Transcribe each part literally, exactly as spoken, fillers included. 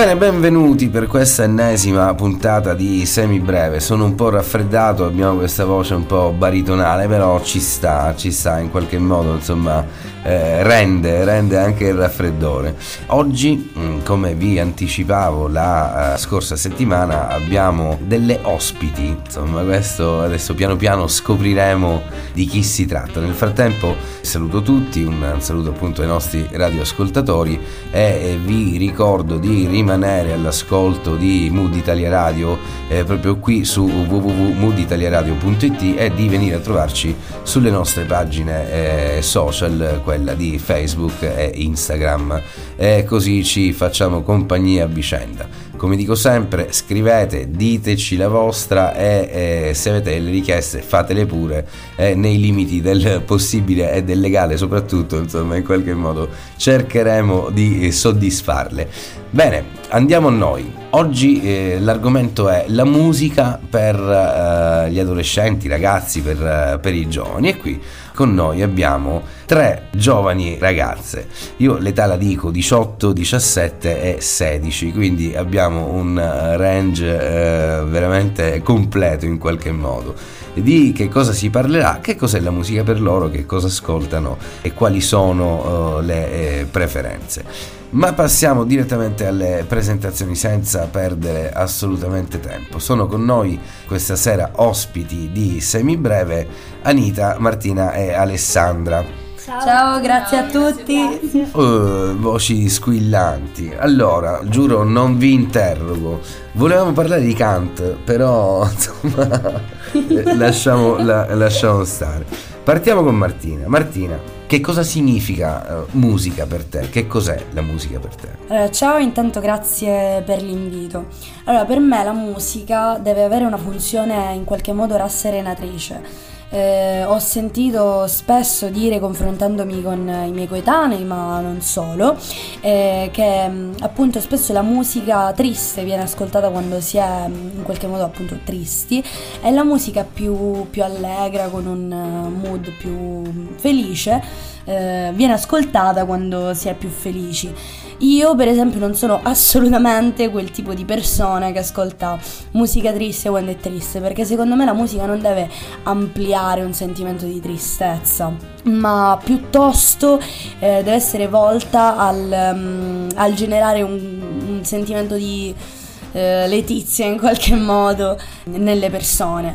Bene, benvenuti per questa ennesima puntata di Semibreve. Sono un po' raffreddato, abbiamo questa voce un po' baritonale, però ci sta, ci sta in qualche modo, insomma, eh, rende, rende anche il raffreddore. Oggi, come vi anticipavo la uh, scorsa settimana, abbiamo delle ospiti, insomma, questo adesso piano piano scopriremo di chi si tratta. Nel frattempo saluto tutti, un saluto appunto ai nostri radioascoltatori e vi ricordo di rimanere all'ascolto di Mood Italia Radio eh, proprio qui su w w w punto mood italia radio punto i t e di venire a trovarci sulle nostre pagine eh, social, quella di Facebook e Instagram, e così ci facciamo compagnia a vicenda. Come dico sempre, scrivete, diteci la vostra e eh, se avete delle richieste fatele pure eh, nei limiti del possibile e del legale soprattutto, insomma, in qualche modo cercheremo di eh, soddisfarle. Bene, andiamo a noi. Oggi eh, l'argomento è la musica per eh, gli adolescenti, ragazzi, per, eh, per i giovani, e qui con noi abbiamo tre giovani ragazze. Io l'età la dico diciotto, diciassette e sedici, quindi abbiamo un range eh, veramente completo in qualche modo. Di che cosa si parlerà, che cos'è la musica per loro, che cosa ascoltano e quali sono uh, le eh, preferenze. Ma passiamo direttamente alle presentazioni senza perdere assolutamente tempo. Sono con noi questa sera ospiti di Semibreve Anita, Martina e Alessandra. Ciao, Ciao grazie a tutti. Uh, voci squillanti. Allora, giuro non vi interrogo. Volevamo parlare di Kant, però insomma lasciamo, la, lasciamo stare. Partiamo con Martina. Martina, che cosa significa uh, musica per te? Che cos'è la musica per te? Allora, ciao, intanto grazie per l'invito. Allora, per me la musica deve avere una funzione in qualche modo rasserenatrice. Eh, ho sentito spesso dire, confrontandomi con i miei coetanei, ma non solo, eh, che mh, appunto spesso la musica triste viene ascoltata quando si è mh, in qualche modo appunto tristi, e la musica più, più allegra, con un uh, mood più felice, eh, viene ascoltata quando si è più felici. Io per esempio non sono assolutamente quel tipo di persona che ascolta musica triste quando è triste, perché secondo me la musica non deve ampliare un sentimento di tristezza, ma piuttosto eh, deve essere volta al, um, al generare un, un sentimento di eh, letizia in qualche modo nelle persone,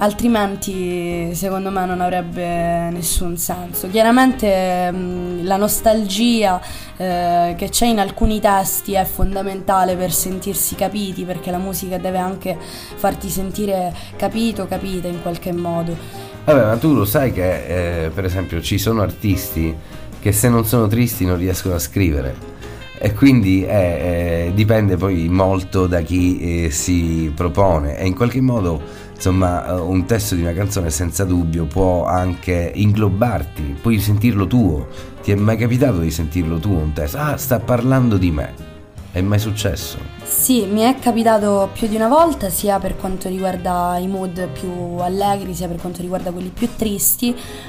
altrimenti secondo me non avrebbe nessun senso. Chiaramente mh, la nostalgia eh, che c'è in alcuni testi è fondamentale per sentirsi capiti, perché la musica deve anche farti sentire capito, capita in qualche modo. Vabbè, ma tu lo sai che eh, per esempio ci sono artisti che se non sono tristi non riescono a scrivere, e quindi eh, eh, dipende poi molto da chi eh, si propone, e in qualche modo insomma un testo di una canzone senza dubbio può anche inglobarti, puoi sentirlo tuo. Ti è mai capitato di sentirlo tuo un testo? Ah, sta parlando di me. È mai successo? Sì, mi è capitato più di una volta, sia per quanto riguarda i mood più allegri, sia per quanto riguarda quelli più tristi,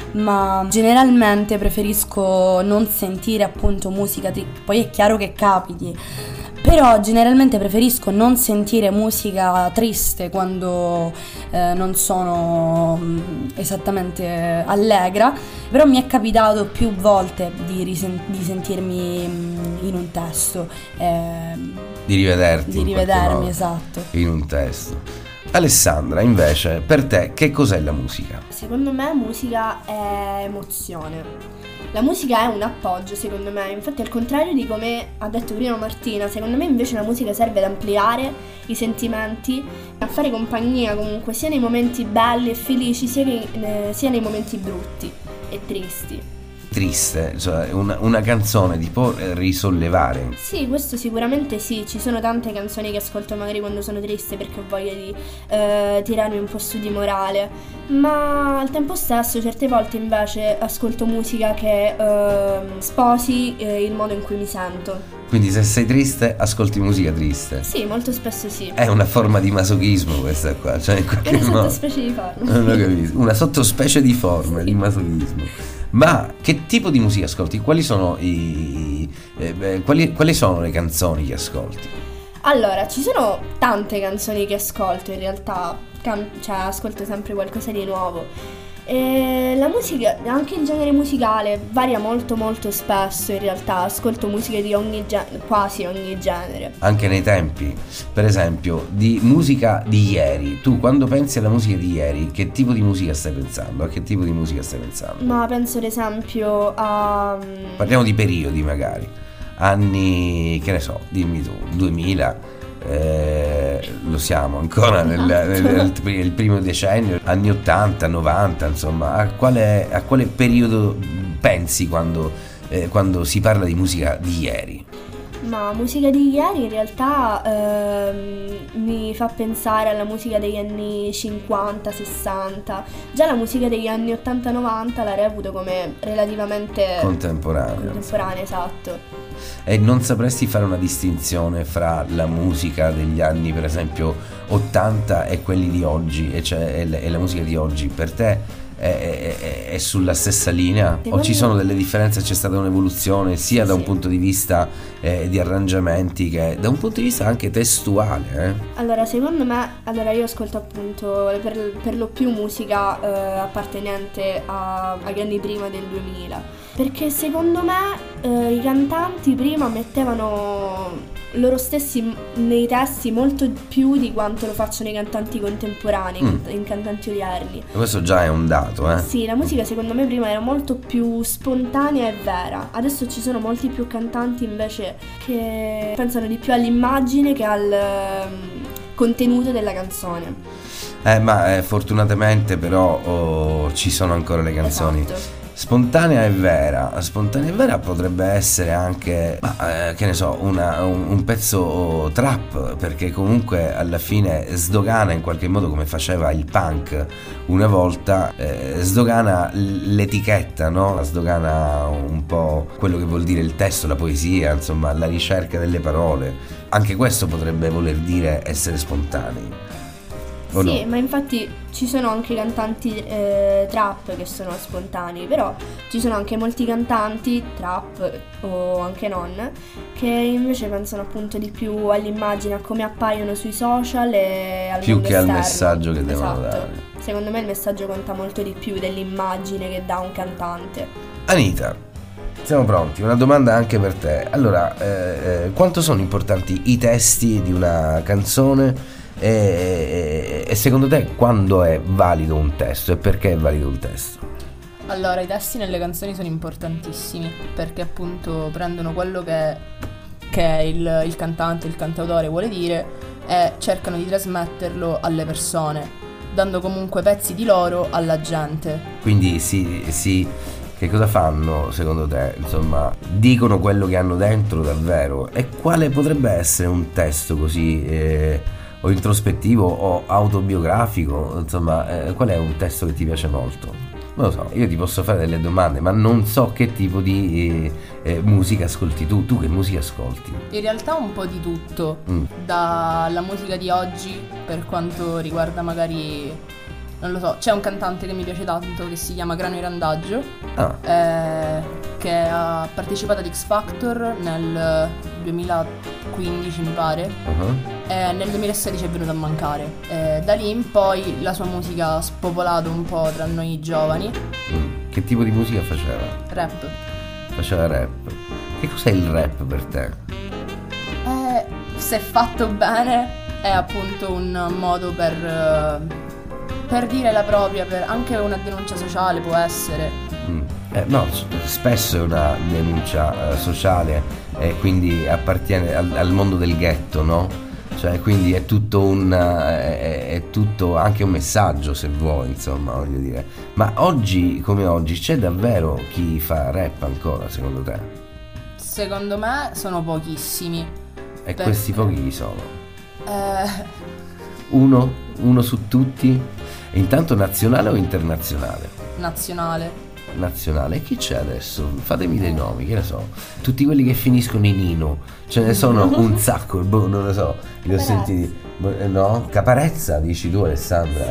ma generalmente preferisco non sentire appunto musica tri- poi è chiaro che capiti, però generalmente preferisco non sentire musica triste quando eh, non sono mh, esattamente allegra, però mi è capitato più volte di, risen- di sentirmi mh, in un testo, eh, di rivederti, di rivedermi, esatto, in un testo. Alessandra, invece, per te che cos'è la musica? Secondo me musica è emozione. La musica è un appoggio, secondo me, infatti al contrario di come ha detto prima Martina, secondo me invece la musica serve ad ampliare i sentimenti, a fare compagnia comunque sia nei momenti belli e felici sia, che, eh, sia nei momenti brutti e tristi. Triste, cioè una, una canzone ti può risollevare? Sì, questo sicuramente sì, ci sono tante canzoni che ascolto magari quando sono triste perché ho voglia di eh, tirarmi un po' su di morale, ma al tempo stesso certe volte invece ascolto musica che eh, sposi eh, il modo in cui mi sento. Quindi se sei triste ascolti musica triste? Sì, molto spesso sì. È una forma di masochismo questa qua, cioè in qualche una modo sottospecie di forma. Non lo capisco. Una sottospecie di forma di masochismo. Ma che tipo di musica ascolti? Quali sono i eh, quali, quali sono le canzoni che ascolti? Allora, ci sono tante canzoni che ascolto in realtà, can- cioè ascolto sempre qualcosa di nuovo. E la musica, anche il genere musicale varia molto molto spesso in realtà, ascolto musiche di ogni genere, quasi ogni genere. Anche nei tempi, per esempio, di musica di ieri, tu quando pensi alla musica di ieri, che tipo di musica stai pensando? A che tipo di musica stai pensando? Ma penso ad esempio a... Parliamo di periodi magari, anni, che ne so, dimmi tu, duemila, eh, lo siamo ancora nel, nel, nel, nel primo decennio, anni ottanta, novanta, insomma, a quale, a quale periodo pensi quando, eh, quando si parla di musica di ieri? Ma musica di ieri in realtà ehm, mi fa pensare alla musica degli anni cinquanta, sessanta. Già la musica degli anni ottanta novanta la reputo come relativamente contemporanea. Contemporanea, esatto. E non sapresti fare una distinzione fra la musica degli anni, per esempio, ottanta e quelli di oggi, e, cioè, e, e la musica di oggi per te è, è, è sulla stessa linea? Secondo o ci sono delle differenze? C'è stata un'evoluzione sia sì, da un sì. punto di vista eh, di arrangiamenti che da un punto di vista anche testuale, eh? Allora, secondo me, allora io ascolto appunto per, per lo più musica eh, appartenente a, agli anni prima del duemila, perché secondo me eh, i cantanti prima mettevano loro stessi nei testi molto più di quanto lo facciano i cantanti contemporanei, Mm. i cantanti odierni. E questo già è un dato, eh? Sì, la musica secondo me prima era molto più spontanea e vera. Adesso ci sono molti più cantanti invece che pensano di più all'immagine che al ehm, contenuto della canzone. Eh, ma eh, fortunatamente però oh, ci sono ancora le canzoni. Esatto. Spontanea e vera, spontanea e vera potrebbe essere anche, ma, eh, che ne so, una, un, un pezzo trap, perché comunque alla fine sdogana in qualche modo, come faceva il punk una volta, eh, sdogana l'etichetta, no? Sdogana un po' quello che vuol dire il testo, la poesia, insomma, la ricerca delle parole. Anche questo potrebbe voler dire essere spontanei. O Sì, no? ma infatti ci sono anche cantanti eh, trap che sono spontanei, però ci sono anche molti cantanti trap o anche non che invece pensano appunto di più all'immagine, a come appaiono sui social e al Più mondo che al esterno. messaggio che devono Esatto. dare. Secondo me il messaggio conta molto di più dell'immagine che dà un cantante. Anita, siamo pronti, una domanda anche per te. Allora, eh, eh, quanto sono importanti i testi di una canzone e, e, e secondo te quando è valido un testo e perché è valido un testo? Allora, i testi nelle canzoni sono importantissimi perché appunto prendono quello che, che il, il cantante, il cantautore vuole dire e cercano di trasmetterlo alle persone, dando comunque pezzi di loro alla gente. Quindi sì, sì, che cosa fanno secondo te? Insomma, dicono quello che hanno dentro davvero? E quale potrebbe essere un testo così eh, o introspettivo o autobiografico? Insomma, eh, qual è un testo che ti piace molto? Non lo so, io ti posso fare delle domande, ma non so che tipo di eh, eh, musica ascolti tu. Tu che musica ascolti? In realtà un po' di tutto, Mm. dalla musica di oggi per quanto riguarda magari, non lo so, c'è un cantante che mi piace tanto che si chiama Grano Randaggio, Ah, eh, che ha partecipato ad X Factor nel duemilaquindici mi pare, uh-huh. e nel duemilasedici è venuto a mancare. Eh, da lì in poi la sua musica ha spopolato un po' tra noi giovani. Mm. Che tipo di musica faceva? Rap. Faceva rap. Che cos'è il rap per te? Eh, se fatto bene è appunto un modo per, eh, per dire la propria, per anche una denuncia sociale può essere. Mm. Eh, no, s- spesso è una denuncia eh, sociale e quindi appartiene al, al mondo del ghetto, no? Cioè, quindi è tutto un eh, è, è tutto anche un messaggio, se vuoi, insomma, voglio dire. Ma oggi come oggi c'è davvero chi fa rap ancora, secondo te? Secondo me sono pochissimi. E Per- questi pochi chi sono? Eh, Uno? Uno su tutti? E intanto nazionale o internazionale? nazionale. Nazionale. E chi c'è adesso? Fatemi dei nomi, che ne so. Tutti quelli che finiscono in Ino. Ce ne sono un sacco, boh, non lo so. Li ho Caparezza. sentiti. boh, eh, No? Caparezza, dici tu, Alessandra? Sì.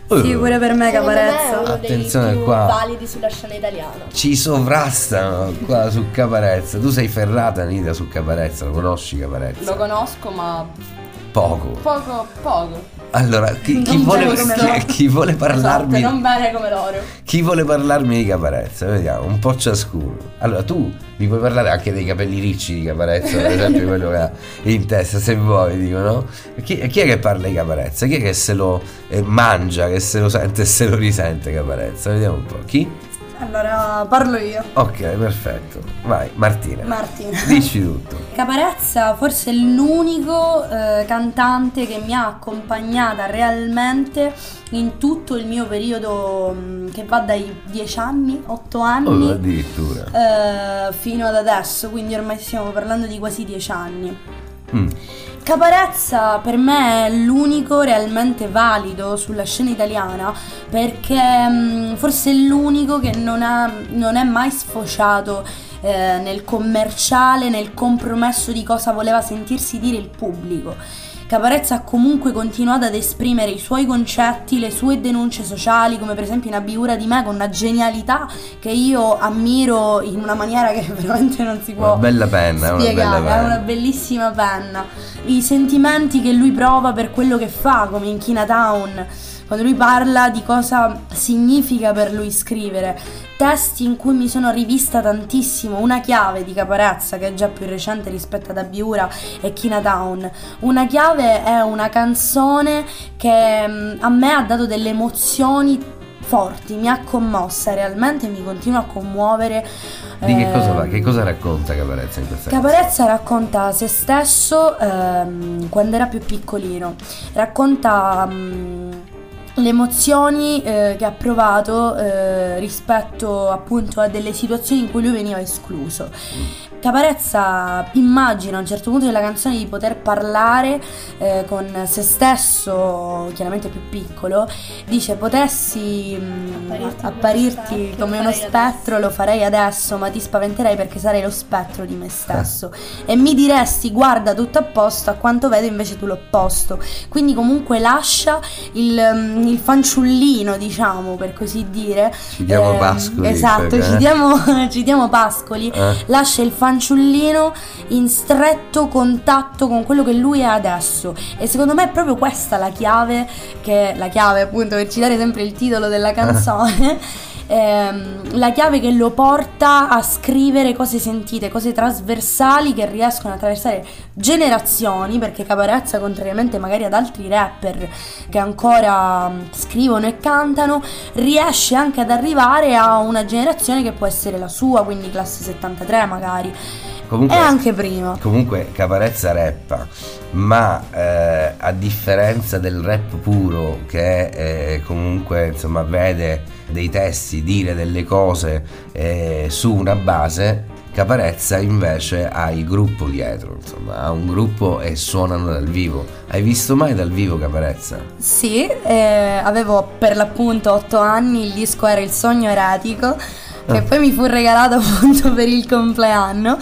Sì, pure per me Secondo me è Caparezza. uno Attenzione dei più qua. validi sulla scena italiana. Ci sovrastano qua su Caparezza. Tu sei ferrata, Anita, su Caparezza. Lo conosci Caparezza? Lo conosco, ma Poco. poco, poco. Allora, chi, chi Non vuole, bene come chi, loro. chi vuole parlarmi Esatto, non bene come loro. Chi vuole parlarmi di Caparezza? Vediamo, un po' ciascuno. Allora, tu mi puoi parlare anche dei capelli ricci di Caparezza, per esempio quello che ha in testa, se vuoi, dico, no? Chi, chi è che parla di Caparezza? Chi è che se lo eh, mangia, che se lo sente e se lo risente Caparezza? Vediamo un po'. Chi? Allora parlo io. Ok, perfetto. Vai, Martina. Martina. Dici tutto. Caparezza forse è l'unico eh, cantante che mi ha accompagnata realmente in tutto il mio periodo mh, che va dai dieci anni, otto anni Oh, addirittura. eh, fino ad adesso, quindi ormai stiamo parlando di quasi dieci anni. Mm. Caparezza per me è l'unico realmente valido sulla scena italiana perché mh, forse è l'unico che non, ha, non è mai sfociato eh, nel commerciale, nel compromesso di cosa voleva sentirsi dire il pubblico. Caparezza ha comunque continuato ad esprimere i suoi concetti, le sue denunce sociali, come per esempio in Abbiura di me, con una genialità che io ammiro in una maniera che veramente non si può Una bella penna, una spiegare. bella È penna. una bellissima penna. I sentimenti che lui prova per quello che fa, come in Chinatown, quando lui parla di cosa significa per lui scrivere, testi in cui mi sono rivista tantissimo. Una chiave di Caparezza, che è già più recente rispetto ad Abbiura e Chinatown. Una chiave è una canzone che mh, a me ha dato delle emozioni forti, mi ha commossa realmente, mi continua a commuovere. Di che cosa va? Ehm, Che cosa racconta Caparezza in questa Caparezza racconta se stesso ehm, quando era più piccolino, racconta mh, le emozioni eh, che ha provato eh, rispetto appunto a delle situazioni in cui lui veniva escluso. Caparezza immagina a un certo punto della canzone di poter parlare eh, con se stesso, chiaramente più piccolo, dice: potessi mh, Apparirti apparirti come come uno uno spettro, lo farei spettro, lo farei adesso, ma ti spaventerei perché sarei lo spettro di me stesso e mi diresti: guarda, tutto a posto, a quanto vedo invece tu l'opposto. Quindi comunque lascia il, mm, il fanciullino, diciamo, per così dire. Ci diamo Ehm, Pascoli, esatto, cioè, ci eh. diamo, ci diamo Pascoli. Eh. Lascia il fanciullino in stretto contatto con quello che lui è adesso, e secondo me è proprio questa la chiave, che la chiave appunto, per citare sempre il titolo della canzone, ehm, la chiave che lo porta a scrivere cose sentite, cose trasversali che riescono a attraversare generazioni, perché Caparezza, contrariamente magari ad altri rapper che ancora mm, scrivono e cantano, riesce anche ad arrivare a una generazione che può essere la sua, quindi classe settantatré magari, Comunque, e anche prima. Comunque Caparezza rappa, ma eh, a differenza del rap puro, che eh, comunque insomma vede dei testi dire delle cose eh, su una base, Caparezza invece ha il gruppo dietro, insomma ha un gruppo e suonano dal vivo. Hai visto mai dal vivo Caparezza? Sì, eh, avevo per l'appunto otto anni, il disco era Il Sogno Eretico, che Ah. poi mi fu regalato appunto per il compleanno.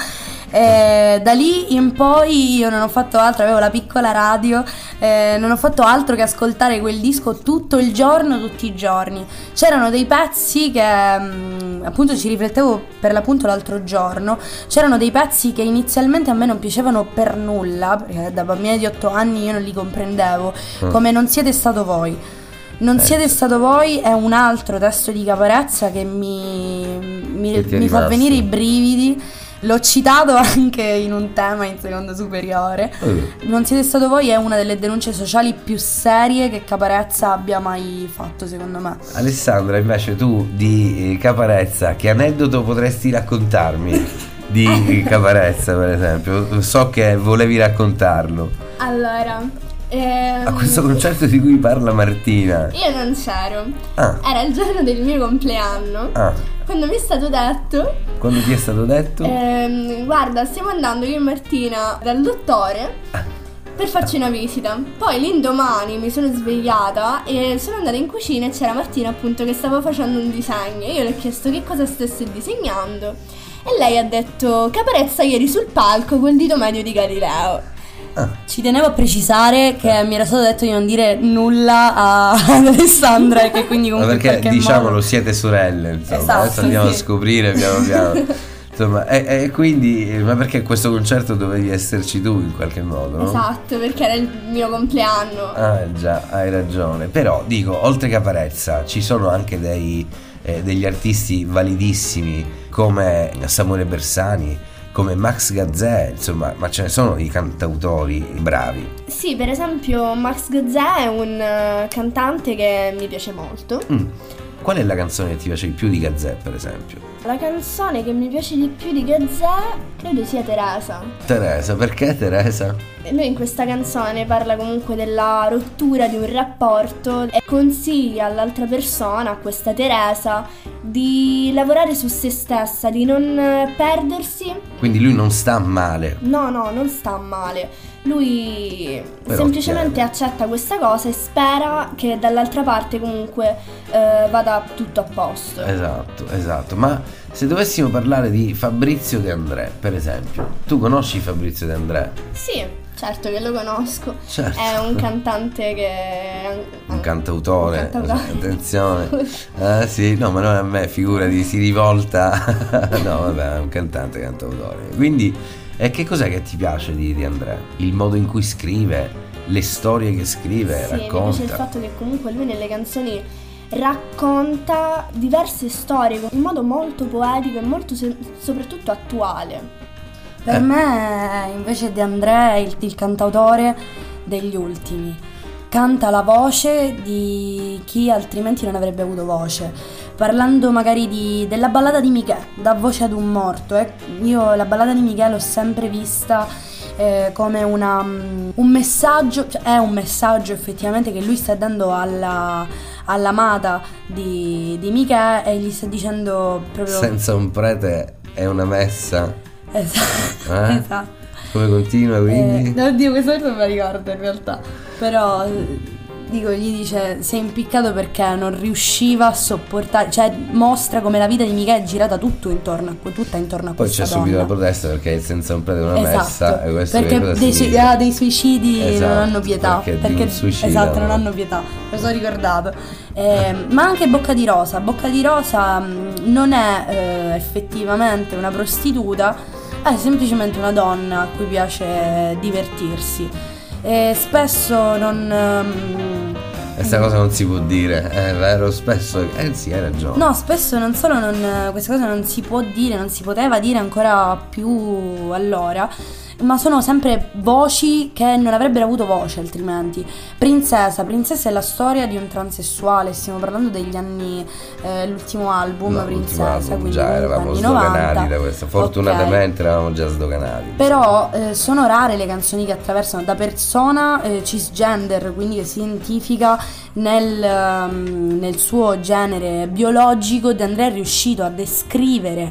E da lì in poi io non ho fatto altro, avevo la piccola radio, eh, non ho fatto altro che ascoltare quel disco tutto il giorno, tutti i giorni. C'erano dei pezzi che mh, appunto ci riflettevo per l'appunto l'altro giorno, c'erano dei pezzi che inizialmente a me non piacevano per nulla, perché da bambina di otto anni io non li comprendevo, Ah. come Non siete stato voi. Non Eh, siete sì. stato voi è un altro testo di Caparezza che mi, mi, Che ti è mi fa rimasto. venire i brividi. L'ho citato anche in un tema in seconda superiore. Eh. Non siete stato voi è una delle denunce sociali più serie che Caparezza abbia mai fatto, secondo me. Alessandra, invece tu di eh, Caparezza, che aneddoto potresti raccontarmi di Caparezza, per esempio? So che volevi raccontarlo. Allora, ehm, A questo concerto di cui parla Martina. io non c'ero. Ah, Era il giorno del mio compleanno. ah, Quando mi è stato detto, quando ti è stato detto? ehm, guarda, stiamo andando io e Martina dal dottore Ah. per farci una visita. Poi l'indomani mi sono svegliata e sono andata in cucina e c'era Martina appunto che stava facendo un disegno. Io le ho chiesto che cosa stesse disegnando e lei ha detto: Caparezza ieri sul palco col dito medio di Galileo. Ah. Ci tenevo a precisare che mi era stato detto di non dire nulla a- ad Alessandra e che quindi Ma comunque in perché qualche diciamolo, modo... siete sorelle, insomma, Esatto, adesso andiamo sì. a scoprire piano piano. Insomma, e, e quindi, ma perché questo concerto dovevi esserci tu in qualche modo, no? Esatto, perché era il mio compleanno. Ah, già, hai ragione. Però dico, oltre Caparezza, ci sono anche dei, eh, degli artisti validissimi come Samuele Bersani, come Max Gazzè, insomma, ma ce ne sono di cantautori bravi. Sì, per esempio Max Gazzè è un eh, cantante che mi piace molto. Mm. Qual è la canzone che ti piace di più di Gazzè, per esempio? La canzone che mi piace di più di Gazzè credo sia Teresa. Teresa, perché Teresa? E lui in questa canzone parla comunque della rottura di un rapporto e consiglia all'altra persona, a questa Teresa, di lavorare su se stessa, di non eh, perdersi. Quindi lui non sta male. No, no, non sta male. Lui Però semplicemente tiene. accetta questa cosa e spera che dall'altra parte comunque eh, vada tutto a posto. Esatto, esatto. Ma se dovessimo parlare di Fabrizio De André, per esempio, tu conosci Fabrizio De André? Sì, certo che lo conosco. Certo. È un cantante che... Un cantautore, Un cantautore. attenzione. Ah sì, no, ma non a me, figurati, si rivolta. No, vabbè, è un cantante, cantautore. Quindi, e che cos'è che ti piace di, di André? Il modo in cui scrive, le storie che scrive, Sì, mi racconta. piace il fatto che comunque lui nelle canzoni racconta diverse storie in modo molto poetico e molto se- soprattutto attuale. Per Eh. me invece De André è il, il cantautore degli ultimi. Canta la voce di chi altrimenti non avrebbe avuto voce. Parlando magari di, della ballata di Michè, dà voce ad un morto. Eh. Io la ballata di Michè l'ho sempre vista eh, come una, um, un messaggio, cioè è un messaggio effettivamente che lui sta dando alla, all'amata di, di Michè e gli sta dicendo proprio... Senza un prete è una messa. Esatto. Eh? Esatto. Come continua quindi? Eh, oddio, questo verso non me la ricordo in realtà. Però eh, dico, gli dice sei impiccato perché non riusciva a sopportare. Cioè mostra come la vita di Michele è girata tutto intorno a, tutta intorno a Poi questa c'è donna. subito la protesta perché è senza un prete è una Esatto, messa. E questo perché che cosa dei, sui- significa? ah, dei suicidi Esatto, non hanno pietà. perché di un suicida, esatto, non no? hanno pietà. Me lo sono ricordato. Eh, ma anche Bocca di Rosa. Bocca di Rosa mh, non è eh, effettivamente una prostituta. È semplicemente una donna a cui piace divertirsi e spesso non... um, Questa cosa non si può dire, è vero, spesso... Eh sì, hai ragione. No, spesso non solo non, questa cosa non si può dire, non si poteva dire ancora più allora, ma sono sempre voci che non avrebbero avuto voce altrimenti. Princesa, Princesa è la storia di un transessuale, stiamo parlando degli anni, eh, l'ultimo album No, Princesa, l'ultimo album, quindi già comunque eravamo anni sdoganati novanta. da questo, fortunatamente eravamo già sdoganati. Però eh, sono rare le canzoni che attraversano da persona eh, cisgender, quindi che si identifica nel, um, nel suo genere biologico. De André è riuscito a descrivere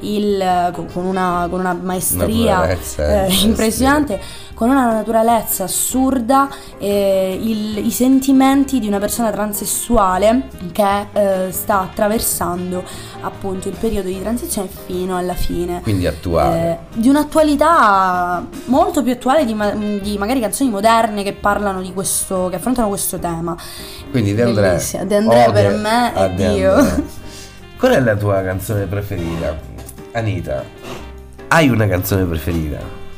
il, con, con, una, con una maestria Naturalezza, eh, eh, impressionante, con una naturalezza assurda, eh, il- i sentimenti di una persona transessuale che eh, sta attraversando appunto il periodo di transizione fino alla fine. Quindi attuale. Eh, di un'attualità molto più attuale di, ma- di magari canzoni moderne che parlano di questo, che affrontano questo tema. Quindi De André. Bellissimo. De André ode per me a è De Dio. André. Qual è la tua canzone preferita? Anita, hai una canzone preferita?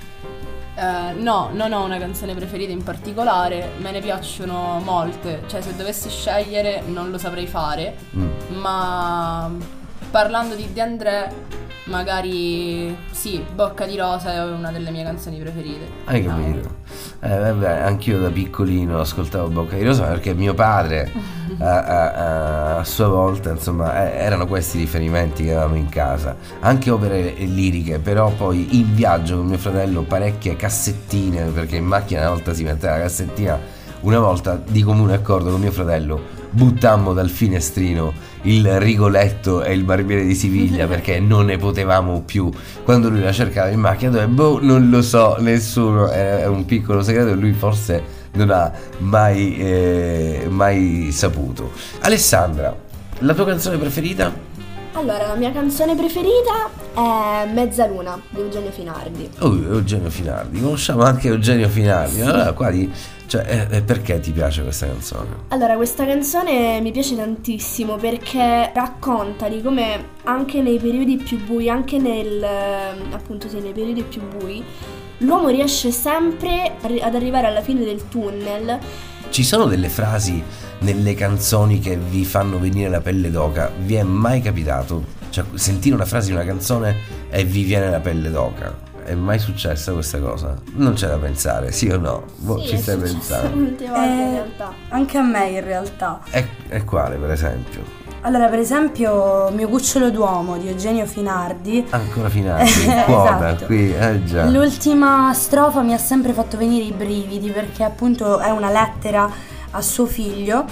Eh, no, non ho una canzone preferita in particolare, me ne piacciono molte, cioè se dovessi scegliere non lo saprei fare, Mm. ma parlando di De André, magari sì, Bocca di Rosa è una delle mie canzoni preferite. Hai capito? Eh, vabbè, anch'io da piccolino ascoltavo Bocca di Rosa perché mio padre a, a- a- a sua volta, insomma, eh, erano questi riferimenti che avevamo in casa, anche opere liriche, però poi in viaggio con mio fratello parecchie cassettine, perché in macchina una volta si metteva la cassettina, una volta di comune accordo con mio fratello buttammo dal finestrino il Rigoletto e il Barbiere di Siviglia perché non ne potevamo più. Quando lui la cercava in macchina dove, boh, non lo so, nessuno, è un piccolo segreto e lui forse non ha mai, eh, mai saputo. Alessandra, la tua canzone preferita? Allora, la mia canzone preferita è Mezzaluna di Eugenio Finardi. Oh, Eugenio Finardi, conosciamo anche Eugenio Finardi. Allora, qua di, cioè, eh, perché ti piace questa canzone? Allora, questa canzone mi piace tantissimo perché racconta di come anche nei periodi più bui, anche nel, appunto sì, nei periodi più bui, l'uomo riesce sempre ad arrivare alla fine del tunnel. Ci sono delle frasi nelle canzoni che vi fanno venire la pelle d'oca? Vi è mai capitato? Cioè, sentire una frase di una canzone e vi viene la pelle d'oca? È mai successa questa cosa? Non c'è da pensare, sì o no? Boh, Sì, ci è stai successo pensando? molte volte in Eh, realtà. Anche a me in realtà. E, e quale, per esempio? Allora, per esempio, Mio cucciolo d'uomo di Eugenio Finardi. Ancora Finardi, quota, Esatto. qui, eh già. L'ultima strofa mi ha sempre fatto venire i brividi perché appunto è una lettera a suo figlio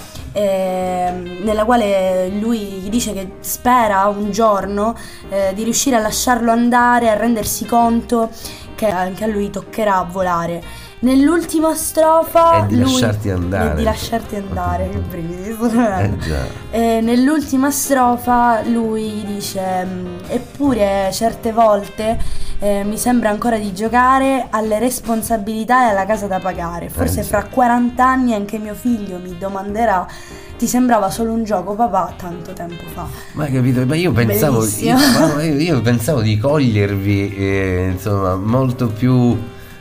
ehm, nella quale lui gli dice che spera un giorno eh, di riuscire a lasciarlo andare, a rendersi conto che anche a lui toccherà volare. Nell'ultima strofa E di lui lasciarti andare. e di lasciarti andare, che brividi sono Eh già. e nell'ultima strofa lui gli dice eppure certe volte eh, mi sembra ancora di giocare alle responsabilità e alla casa da pagare. Forse Eh, sì. fra quaranta anni anche mio figlio mi domanderà: ti sembrava solo un gioco papà tanto tempo fa? Ma hai capito? Ma io pensavo, io, Bellissimo. ma io, io pensavo di cogliervi eh, insomma molto più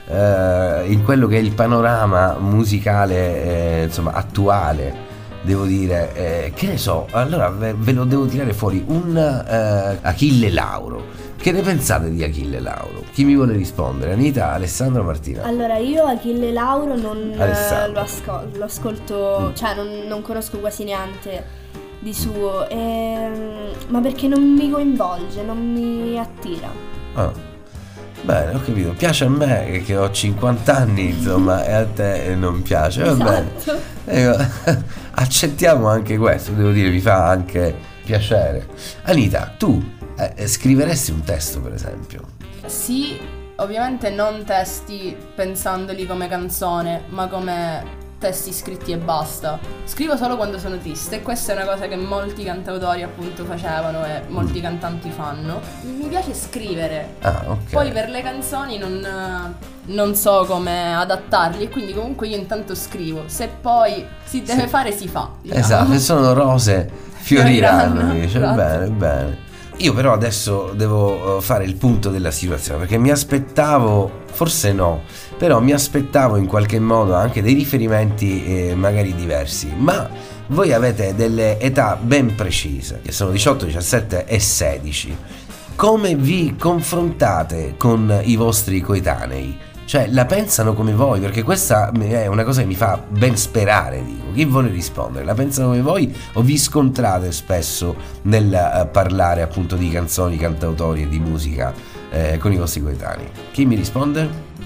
eh, in quello che è il panorama musicale eh, insomma attuale. Devo dire, eh, che ne so, allora ve, ve lo devo tirare fuori un eh, Achille Lauro. Che ne pensate di Achille Lauro? Chi mi vuole rispondere? Anita, Alessandro, Martina? Allora, io Achille Lauro non eh, Alessandro. lo, ascol- lo ascolto, Mm. cioè non, non conosco quasi niente di suo, ehm, ma perché non mi coinvolge, non mi attira. Ah. Bene, ho capito. Piace a me che- che ho cinquanta anni, insomma, e a te non piace. Va bene. Esatto. Ecco, accettiamo anche questo, devo dire, mi fa anche piacere. Anita, tu eh, scriveresti un testo, per esempio? Sì, ovviamente non testi pensandoli come canzone, ma come testi scritti e basta. Scrivo solo quando sono triste e questa è una cosa che molti cantautori appunto facevano e molti Mm. cantanti fanno. Mi piace scrivere. Ah, ok. Poi per le canzoni non, non so come adattarli e quindi comunque io intanto scrivo. Se poi si deve Sì. fare si fa. Diciamo. Esatto, se sono rose fioriranno, Fioriranno, dice. esatto. Bene, bene. Io però adesso devo eh, fare il punto della situazione, perché mi aspettavo, forse no, però mi aspettavo in qualche modo anche dei riferimenti eh, magari diversi, ma voi avete delle età ben precise, che sono diciotto, diciassette e sedici. Come vi confrontate con i vostri coetanei? Cioè, la pensano come voi? Perché questa è una cosa che mi fa ben sperare, dico. Chi vuole rispondere? La pensano come voi o vi scontrate spesso nel eh, parlare appunto di canzoni, cantautori e di musica eh, con i vostri coetanei? Chi mi risponde?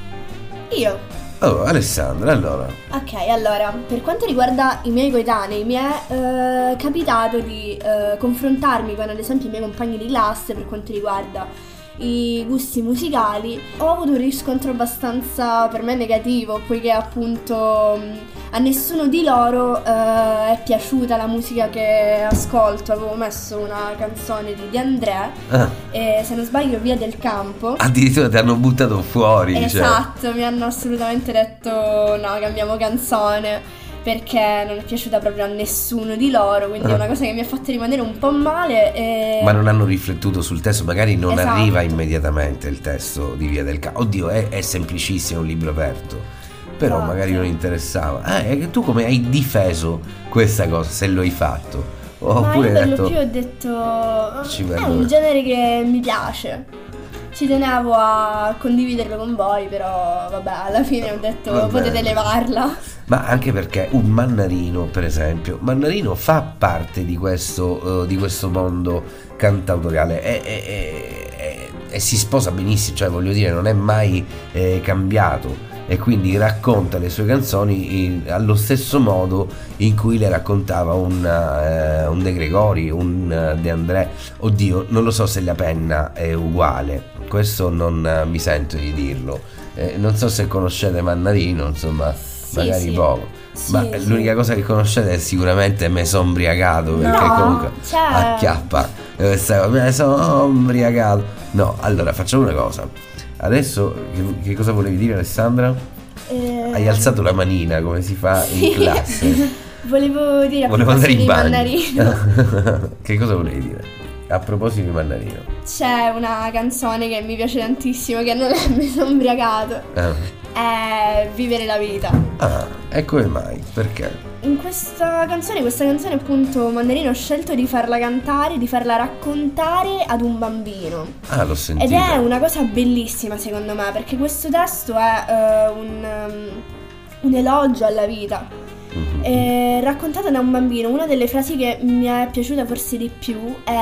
Io. Oh, Alessandra, allora. Ok, allora, per quanto riguarda i miei coetanei, mi è eh, capitato di eh, confrontarmi con ad esempio i miei compagni di classe per quanto riguarda i gusti musicali. Ho avuto un riscontro abbastanza per me negativo, poiché appunto mh, a nessuno di loro eh, è piaciuta la musica che ascolto. Avevo messo una canzone di De André Ah, e, se non sbaglio, Via del Campo. addirittura ti hanno buttato fuori. Cioè. Esatto, mi hanno assolutamente detto no, cambiamo canzone, perché non è piaciuta proprio a nessuno di loro, quindi è una cosa che mi ha fatto rimanere un po' male e... Ma non hanno riflettuto sul testo, magari non Esatto. arriva immediatamente il testo di Via del Campo. Oddio, è, è semplicissimo, un libro aperto. Però Esatto. magari non interessava. Ah, e tu come hai difeso questa cosa, se lo hai fatto? Oppure Ma hai io per lo detto... più ho detto Ci è vedo. un genere che mi piace. Ci tenevo a condividerlo con voi, però vabbè, alla fine ho detto Va potete bene. levarla. Ma anche perché un Mannarino, per esempio, Mannarino fa parte di questo, eh, di questo mondo cantautoriale e, e- e- e- e si sposa benissimo, cioè voglio dire, non è mai eh, cambiato. E quindi racconta le sue canzoni in- allo stesso modo in cui le raccontava un, eh, un De Gregori, un eh, De André. Oddio, non lo so se la penna è uguale, questo non eh, mi sento di dirlo. Eh, non so se conoscete Mannarino, insomma, Sì, magari sì. poco. Sì, Ma sì. l'unica cosa che conoscete è sicuramente Me son briagato, perché No, comunque cioè- acchiappa eh, stavo, me ne sono ombriagato. No, allora facciamo una cosa. Adesso che, che cosa volevi dire, Alessandra? Eh, Hai alzato la manina come si fa in classe. Volevo dire a Volevo andare proposito in di bagno. Mannarino. Che cosa volevi dire? A proposito di Mannarino. C'è una canzone che mi piace tantissimo, che non è Mi sono ombriagato. Ah. È Vivere la vita. Ah, e come mai? Perché? In questa canzone, questa canzone appunto Mannarino ha scelto di farla cantare, di farla raccontare ad un bambino. Ah, l'ho sentito. Ed è una cosa bellissima secondo me, perché questo testo è eh, un, um, un elogio alla vita. Mm-hmm. È raccontata da un bambino. Una delle frasi che mi è piaciuta forse di più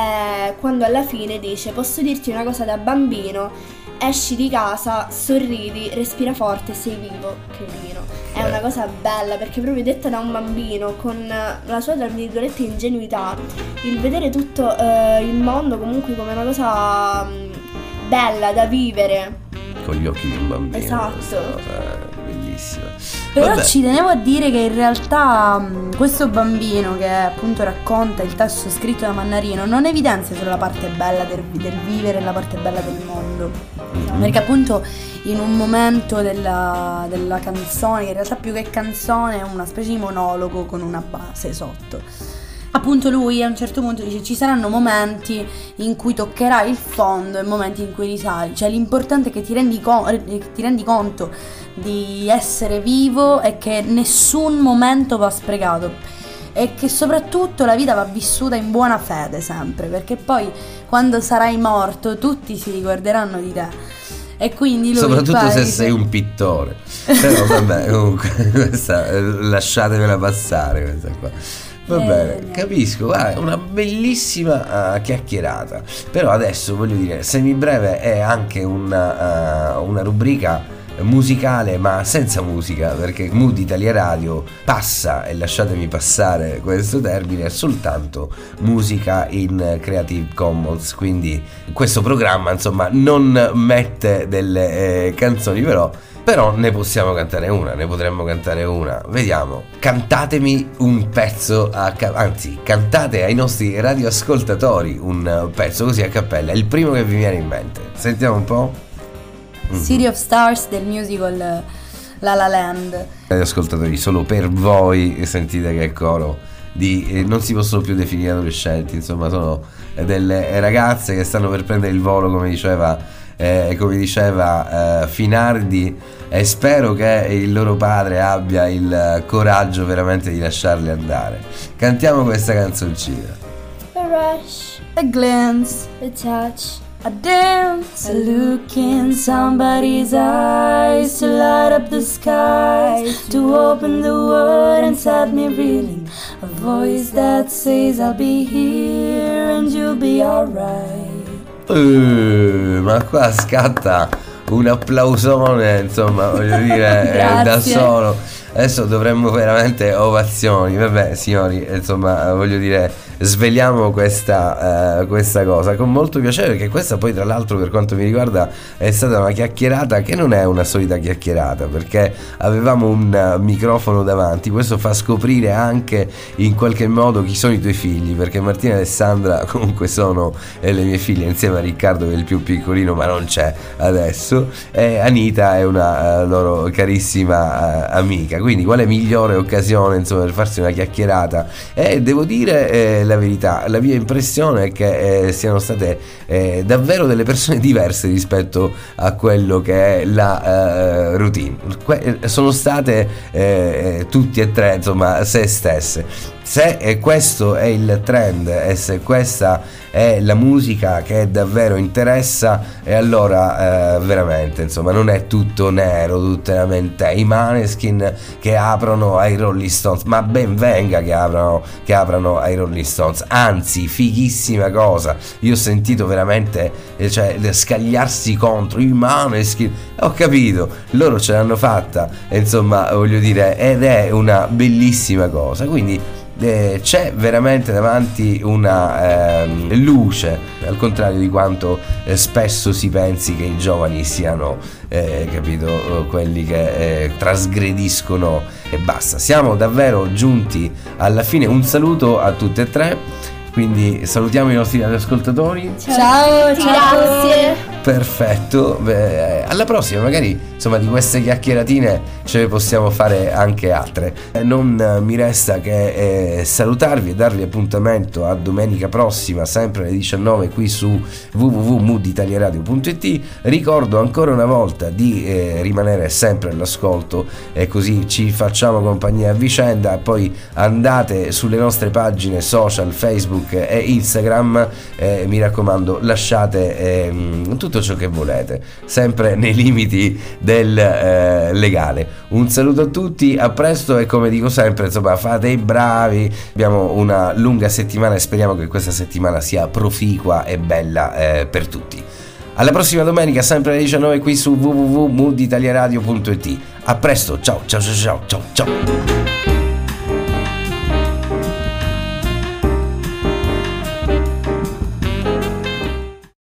è quando alla fine dice: posso dirti una cosa da bambino, esci di casa, sorridi, respira forte, sei vivo, Credino. È una cosa bella perché proprio detta da un bambino, con la sua, tra virgolette, ingenuità, il vedere tutto eh, il mondo comunque come una cosa mh, bella da vivere. Con gli occhi di un bambino. Esatto. Questa cosa è bellissima. Però Vabbè. ci tenevo a dire che in realtà mh, questo bambino che appunto racconta il testo scritto da Mannarino non evidenzia solo la parte bella del, del vivere e la parte bella del mondo, Mm-hmm. perché appunto in un momento della, della canzone, che in realtà più che canzone è una specie di monologo con una base sotto, appunto lui a un certo punto dice: ci saranno momenti in cui toccherai il fondo e momenti in cui risali, cioè l'importante è che ti rendi, con- ti rendi conto di essere vivo e che nessun momento va sprecato e che soprattutto la vita va vissuta in buona fede sempre, perché poi quando sarai morto tutti si ricorderanno di te. E quindi lui soprattutto poi se dice- sei un pittore. Però vabbè, comunque questa, eh, lasciatemela passare questa qua. Va Eh, bene, no. capisco, guarda, è una bellissima uh, chiacchierata. Però adesso voglio dire, Semibreve è anche una, uh, una rubrica musicale ma senza musica, perché Mood Italia Radio passa, e lasciatemi passare questo termine, soltanto musica in Creative Commons, quindi questo programma insomma non mette delle eh, canzoni, però Però ne possiamo cantare una, ne potremmo cantare una. Vediamo, cantatemi un pezzo a ca- anzi, cantate ai nostri radioascoltatori un pezzo così a cappella, il primo che vi viene in mente. Sentiamo un po'. City of Stars del musical La La Land. Radioascoltatori, solo per voi sentite che coro di eh, non si possono più definire adolescenti, insomma sono eh, delle ragazze che stanno per prendere il volo, come diceva eh, come diceva eh, Finardi, e spero che il loro padre abbia il coraggio veramente di lasciarli andare. Cantiamo questa canzoncina. A rush, A glance, a touch, a dance, a look in somebody's eyes to light up the sky, to open the world and set me reeling. A voice that says I'll be here and you'll be alright. Uh, ma qua scatta un applausone, insomma, voglio dire, eh, da solo. Adesso dovremmo veramente ovazioni. Vabbè, signori, insomma, voglio dire, sveliamo questa, uh, questa cosa con molto piacere, perché questa poi tra l'altro per quanto mi riguarda è stata una chiacchierata che non è una solita chiacchierata, perché avevamo un uh, microfono davanti. Questo fa scoprire anche in qualche modo chi sono i tuoi figli, perché Martina e Alessandra comunque sono eh, le mie figlie, insieme a Riccardo che è il più piccolino ma non c'è adesso, e Anita è una uh, loro carissima uh, amica. Quindi quale migliore occasione insomma per farsi una chiacchierata. E devo dire eh, la verità, la mia impressione è che eh, siano state eh, davvero delle persone diverse rispetto a quello che è la eh, routine. Que- sono state eh, tutti e tre insomma se stesse. Se eh, questo è il trend e se questa è la musica che davvero interessa, e allora eh, veramente insomma non è tutto nero, tutte lamente i Maneskin che aprono ai Rolling Stones, ma ben venga che aprono, che aprono ai Rolling Stones, anzi fighissima cosa. Io ho sentito veramente eh, cioè scagliarsi contro i Maneskin, ho capito, loro ce l'hanno fatta, insomma voglio dire, ed è una bellissima cosa. Quindi Eh, c'è veramente davanti una eh, luce, al contrario di quanto eh, spesso si pensi che i giovani siano eh, capito, quelli che eh, trasgrediscono e basta. Siamo davvero giunti alla fine. Un saluto a tutte e tre. Quindi salutiamo i nostri ascoltatori. Ciao, ciao. Grazie. Perfetto, beh, alla prossima, magari insomma di queste chiacchieratine ce ne possiamo fare anche altre. Eh, non eh, mi resta che eh, salutarvi e darvi appuntamento a domenica prossima, sempre alle diciannove, qui su w w w punto mood italia radio punto i t. Ricordo ancora una volta di eh, rimanere sempre all'ascolto, e così ci facciamo compagnia a vicenda. Poi andate sulle nostre pagine social, Facebook e Instagram, eh, mi raccomando, lasciate eh, tutto ciò che volete, sempre nei limiti del eh, legale. Un saluto a tutti, a presto, e come dico sempre, insomma, fate i bravi. Abbiamo una lunga settimana e speriamo che questa settimana sia proficua e bella eh, per tutti. Alla prossima domenica, sempre alle diciannove, qui su w w w punto mood italia radio punto i t. A presto, ciao ciao ciao ciao ciao ciao.